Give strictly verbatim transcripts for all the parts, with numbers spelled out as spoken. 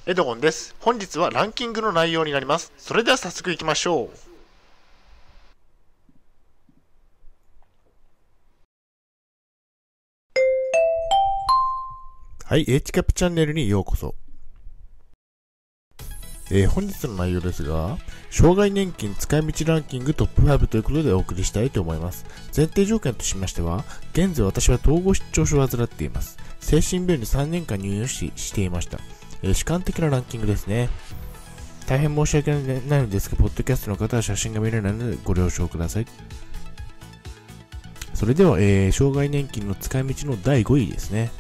エドゴンです。本日はランキングの内容になります。それでは早速いきましょう。はい、H キャップチャンネルにようこそ。えー、本日の内容ですが、障害年金使い道ランキングトップファイブということでお送りしたいと思います。前提条件としましては、現在私は統合失調症を患っています。精神病院にさんねんかん入院を し, していました、えー。主観的なランキングですね。大変申し訳ないのですが、ポッドキャストの方は写真が見れないのでご了承ください。それでは、えー、障害年金の使い道のだいごいですね。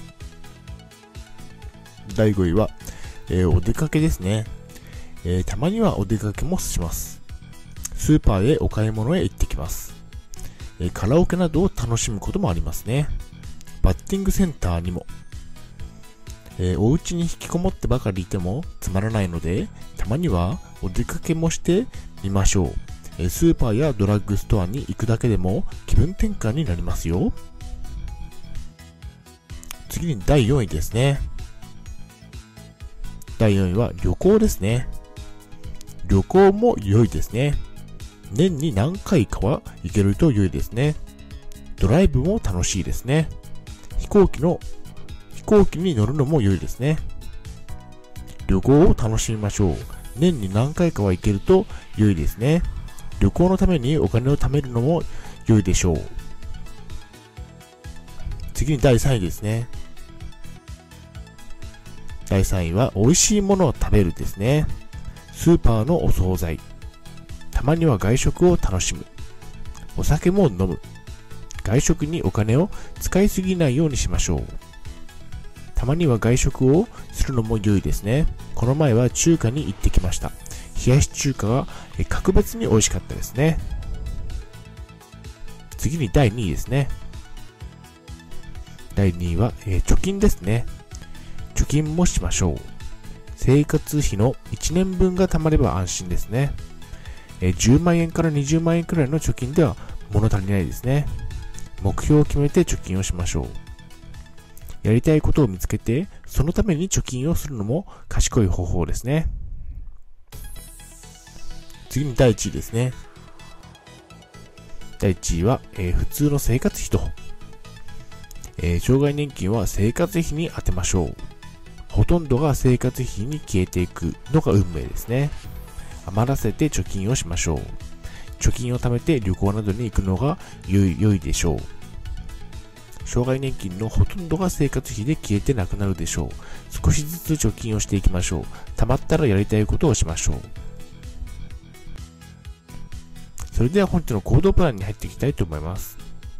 だいごいは、えー、お出かけですね。えー、たまにはお出かけもします。スーパーへお買い物へ行ってきます。えー、カラオケなどを楽しむこともありますね。バッティングセンターにも。えー、お家に引きこもってばかりいてもつまらないので、たまにはお出かけもしてみましょう。えー、スーパーやドラッグストアに行くだけでも気分転換になりますよ。次にだいよんいですね。だいよんいは旅行ですね。旅行も良いですね。年に何回かは行けると良いですね。ドライブも楽しいですね。飛行機の、飛行機に乗るのも良いですね。旅行を楽しみましょう。年に何回かは行けると良いですね。旅行のためにお金を貯めるのも良いでしょう。次にだいさんいですね。だいさんいは美味しいものを食べるですね。スーパーのお惣菜。たまには外食を楽しむ。お酒も飲む。外食にお金を使いすぎないようにしましょう。たまには外食をするのも良いですね。この前は中華に行ってきました。冷やし中華が格別に美味しかったですね。次にだいにいですね。だいにいは、えー、貯金ですね。貯金もしましょう。生活費のいちねんぶんが貯まれば安心ですね。えじゅうまんえんからにじゅうまんえんくらいの貯金では物足りないですね。目標を決めて貯金をしましょう。やりたいことを見つけて、そのために貯金をするのも賢い方法ですね。次にだいいちいですね。だいいちいは、えー、普通の生活費と、えー、障害年金は生活費に充てましょう。ほとんどが生活費に消えていくのが運命ですね。余らせて貯金をしましょう。貯金を貯めて旅行などに行くのが良い、良いでしょう。障害年金のほとんどが生活費で消えてなくなるでしょう。少しずつ貯金をしていきましょう。貯まったらやりたいことをしましょう。それでは本日の行動プランに入っていきたいと思います。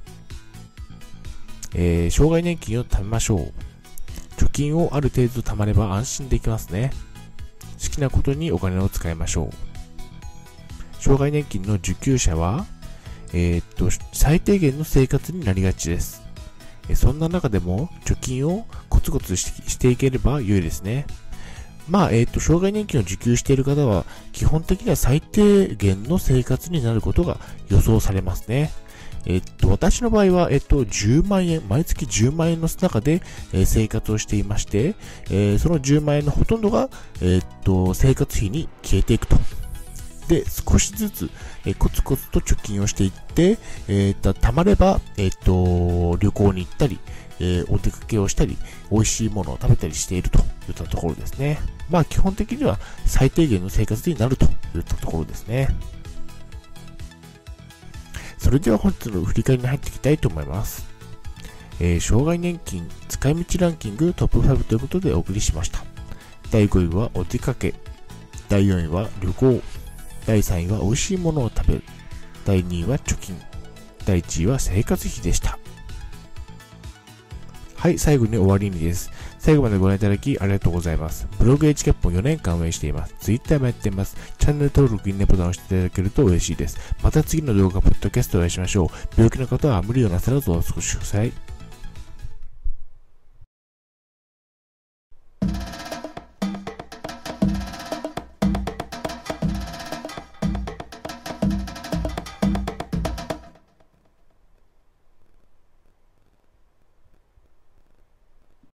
えー、障害年金を貯めましょう。貯金をある程度貯まれば安心できますね。好きなことにお金を使いましょう。障害年金の受給者は、えー、っと、最低限の生活になりがちです。そんな中でも貯金をコツコツ し, していければ良いですね。まあ、えー、っと、障害年金を受給している方は、基本的には最低限の生活になることが予想されますね。えっと、私の場合は、えっと、じゅうまんえん、毎月じゅうまんえんの中で、えー、生活をしていまして、えー、そのじゅうまんえんのほとんどが、えっと、生活費に消えていくと。で、少しずつ、えー、コツコツと貯金をしていって、えー、っと、貯まれば、えっと、旅行に行ったり、えー、お出かけをしたり、美味しいものを食べたりしているといったところですね。まあ、基本的には最低限の生活になるといったところですね。それでは本日の振り返りに入っていきたいと思います。えー、障害年金使い道ランキングトップファイブということでお送りしました。だいごいはお出かけ。だいよんいは旅行。だいさんいは美味しいものを食べる。だいにいは貯金。だいいちいは生活費でした。はい、最後に終わりにです。最後までご覧いただきありがとうございます。ブログ H キャップをよねんかん運営しています。Twitter もやっています。チャンネル登録、いいねボタンを押していただけると嬉しいです。また次の動画、ポッドキャストでお会いしましょう。病気の方は無理をなさらずお過ごしください。